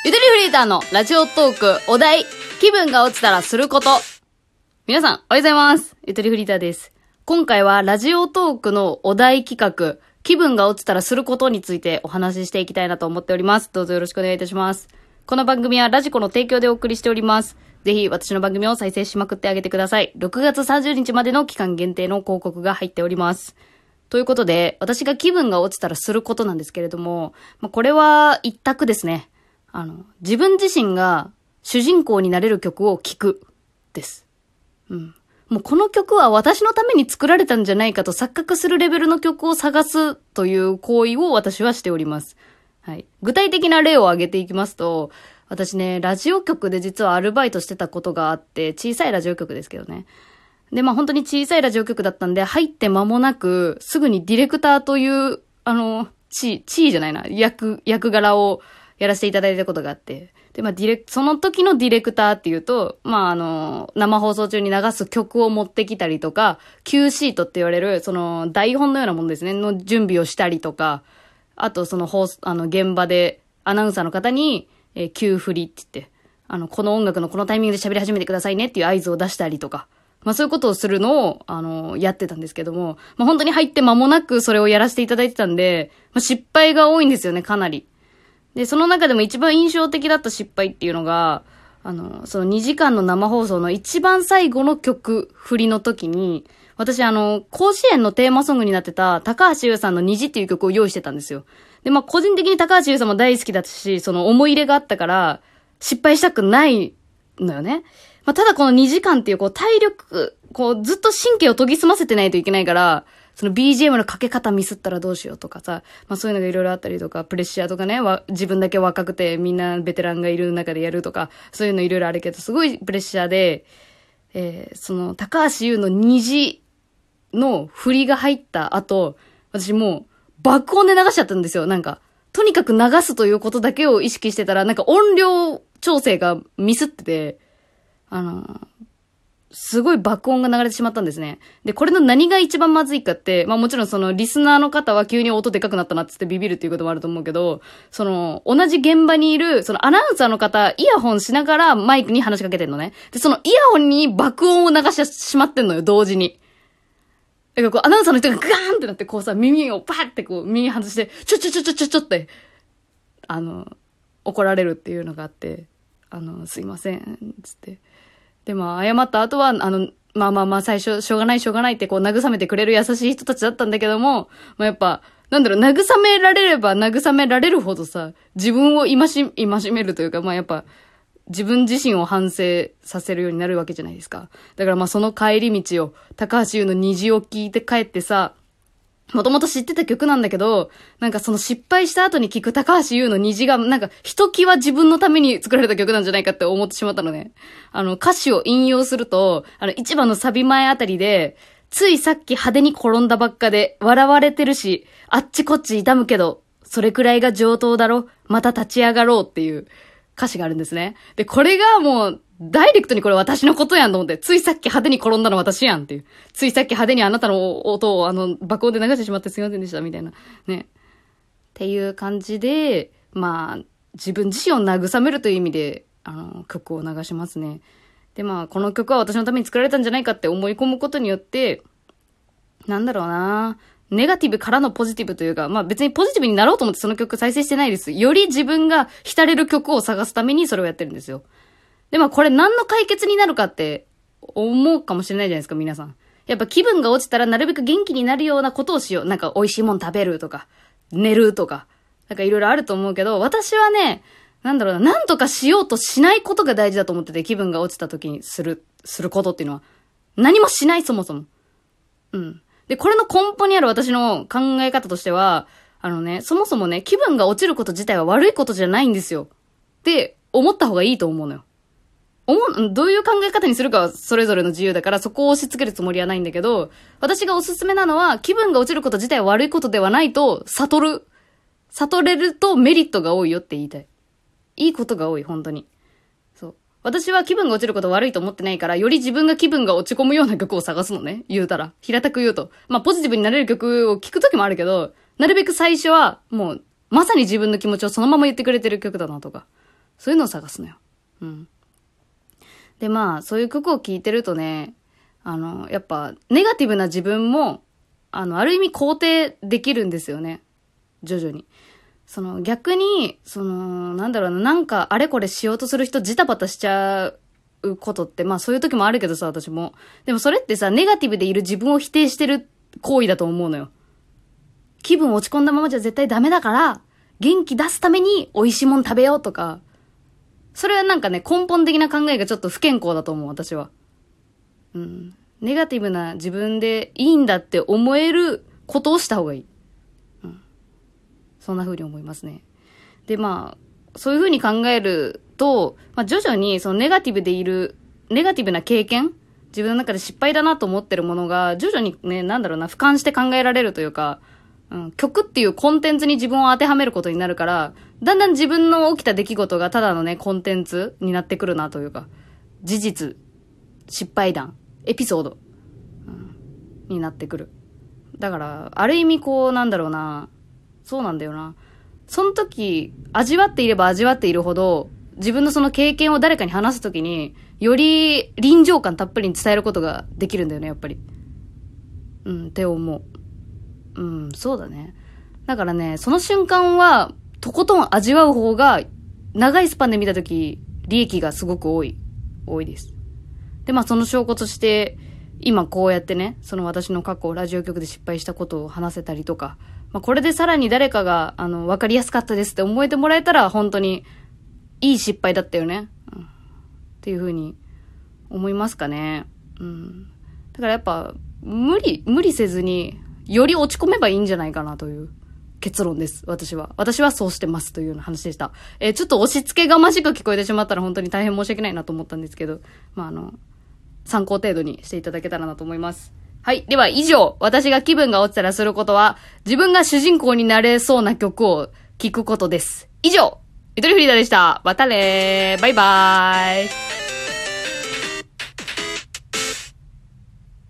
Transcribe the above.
ゆとりフリーターのラジオトークお題、気分が落ちたらすること。皆さん、おはようございます。ゆとりフリーターです。今回はラジオトークのお題企画、気分が落ちたらすることについてお話ししていきたいなと思っております。どうぞよろしくお願いいたします。この番組はラジコの提供でお送りしております。ぜひ私の番組を再生しまくってあげてください。6月30日までの期間限定の広告が入っております。ということで、私が気分が落ちたらすることなんですけれども、これは一択ですね。自分自身が主人公になれる曲を聴くです。もうこの曲は私のために作られたんじゃないかと錯覚するレベルの曲を探すという行為を私はしております。はい。具体的な例を挙げていきますと、私ね、ラジオ局で実はアルバイトしてたことがあって、小さいラジオ局ですけどね。で、本当に小さいラジオ局だったんで、入って間もなく、すぐにディレクターという、地位じゃないな、役柄をやらせていただいたことがあって。で、その時のディレクターっていうと、生放送中に流す曲を持ってきたりとか、Q シートって言われる、その台本のようなものですね、の準備をしたりとか、あとその現場でアナウンサーの方に、Q 振りって言って、この音楽のこのタイミングで喋り始めてくださいねっていう合図を出したりとか、そういうことをするのを、やってたんですけども、本当に入って間もなくそれをやらせていただいてたんで、失敗が多いんですよね、かなり。で、その中でも一番印象的だった失敗っていうのが、その2時間の生放送の一番最後の曲、振りの時に、私甲子園のテーマソングになってた高橋優さんの虹っていう曲を用意してたんですよ。で、個人的に高橋優さんも大好きだし、その思い入れがあったから、失敗したくないのよね。ただこの2時間っていう体力、ずっと神経を研ぎ澄ませてないといけないから、その BGM のかけ方ミスったらどうしようとかさ、そういうのがいろいろあったりとか、プレッシャーとかね、自分だけ若くてみんなベテランがいる中でやるとか、そういうのいろいろあるけど、すごいプレッシャーで、その高橋優の虹の振りが入った後、私もう爆音で流しちゃったんですよ。とにかく流すということだけを意識してたら、音量調整がミスってて、すごい爆音が流れてしまったんですね。で、これの何が一番まずいかって、もちろんそのリスナーの方は急に音でかくなったなっつってビビるっていうこともあると思うけど、同じ現場にいる、アナウンサーの方、イヤホンしながらマイクに話しかけてんのね。で、そのイヤホンに爆音を流してしまってんのよ、同時に。アナウンサーの人がガーンってなって耳をパーって耳外して、ちょって、怒られるっていうのがあって、すいません、つって。で、謝った後は、最初、しょうがないって慰めてくれる優しい人たちだったんだけども、やっぱ、慰められれば慰められるほどさ、自分を戒めるというか、やっぱ、自分自身を反省させるようになるわけじゃないですか。だからその帰り道を、高橋優の虹を聞いて帰ってさ、もともと知ってた曲なんだけど、その失敗した後に聞く高橋優の虹が、ひときわ自分のために作られた曲なんじゃないかって思ってしまったのね。歌詞を引用すると、一番のサビ前あたりで、ついさっき派手に転んだばっかで、笑われてるし、あっちこっち痛むけど、それくらいが上等だろ、また立ち上がろうっていう歌詞があるんですね。で、これがもう、ダイレクトにこれ私のことやんと思って、ついさっき派手に転んだの私やんっていう。ついさっき派手にあなたの音を爆音で流してしまってすいませんでしたみたいな。ね。っていう感じで、自分自身を慰めるという意味で、曲を流しますね。で、この曲は私のために作られたんじゃないかって思い込むことによって、ネガティブからのポジティブというか、別にポジティブになろうと思ってその曲再生してないです。より自分が浸れる曲を探すためにそれをやってるんですよ。で、これ何の解決になるかって思うかもしれないじゃないですか、皆さん。やっぱ気分が落ちたらなるべく元気になるようなことをしよう。美味しいもん食べるとか、寝るとか、いろいろあると思うけど、私はね、なんとかしようとしないことが大事だと思ってて、気分が落ちた時にすることっていうのは。何もしない、そもそも。で、これの根本にある私の考え方としては、そもそもね、気分が落ちること自体は悪いことじゃないんですよ。って思った方がいいと思うのよ。どういう考え方にするかはそれぞれの自由だからそこを押し付けるつもりはないんだけど、私がおすすめなのは気分が落ちること自体は悪いことではないと悟れるとメリットが多いよって言いたい。いいことが多い、本当に。そう。私は気分が落ちること悪いと思ってないから、より自分が気分が落ち込むような曲を探すのね。言うたら。平たく言うと。ポジティブになれる曲を聴くときもあるけど、なるべく最初はもう、まさに自分の気持ちをそのまま言ってくれてる曲だなとか。 そういうのを探すのよ。うん。で、まあ、そういう曲を聴いてるとね、やっぱ、ネガティブな自分も、ある意味肯定できるんですよね。徐々に。逆に、なんだろうな、なんか、あれこれしようとする人、ジタバタしちゃうことって、まあそういう時もあるけどさ、私も。でもそれってさ、ネガティブでいる自分を否定してる行為だと思うのよ。気分落ち込んだままじゃ絶対ダメだから、元気出すために美味しいもん食べようとか、それはなんかね、根本的な考えがちょっと不健康だと思う、私は。うん。ネガティブな自分でいいんだって思えることをした方がいい。うん。そんな風に思いますね。で、まあ、そういう風に考えると、まあ徐々にそのネガティブな経験、自分の中で失敗だなと思ってるものが、徐々にね、なんだろうな、俯瞰して考えられるというか、うん、曲っていうコンテンツに自分を当てはめることになるから、だんだん自分の起きた出来事がただのね、コンテンツになってくるなというか、事実、失敗談、エピソード、うん、になってくる。だから、ある意味こう、なんだろうな、そうなんだよな。その時、味わっていれば味わっているほど、自分のその経験を誰かに話すときに、より臨場感たっぷりに伝えることができるんだよね、やっぱり。うん、って思う。うん、そうだね。だからね、その瞬間は、とことん味わう方が、長いスパンで見たとき、利益がすごく多いです。で、まあその証拠として、今こうやってね、その私の過去ラジオ局で失敗したことを話せたりとか、まあこれでさらに誰かが、わかりやすかったですって思えてもらえたら、本当に、いい失敗だったよね。うん、っていう風に、思いますかね。うん。だからやっぱ、無理せずに、より落ち込めばいいんじゃないかなという結論です。私はそうしてますというような話でした。ちょっと押し付けがましく聞こえてしまったら本当に大変申し訳ないなと思ったんですけど、まあ参考程度にしていただけたらなと思います。はい。では以上、私が気分が落ちたらすることは、自分が主人公になれそうな曲を聴くことです。以上、ゆとりフリーダでした。またねー。バイバーイ。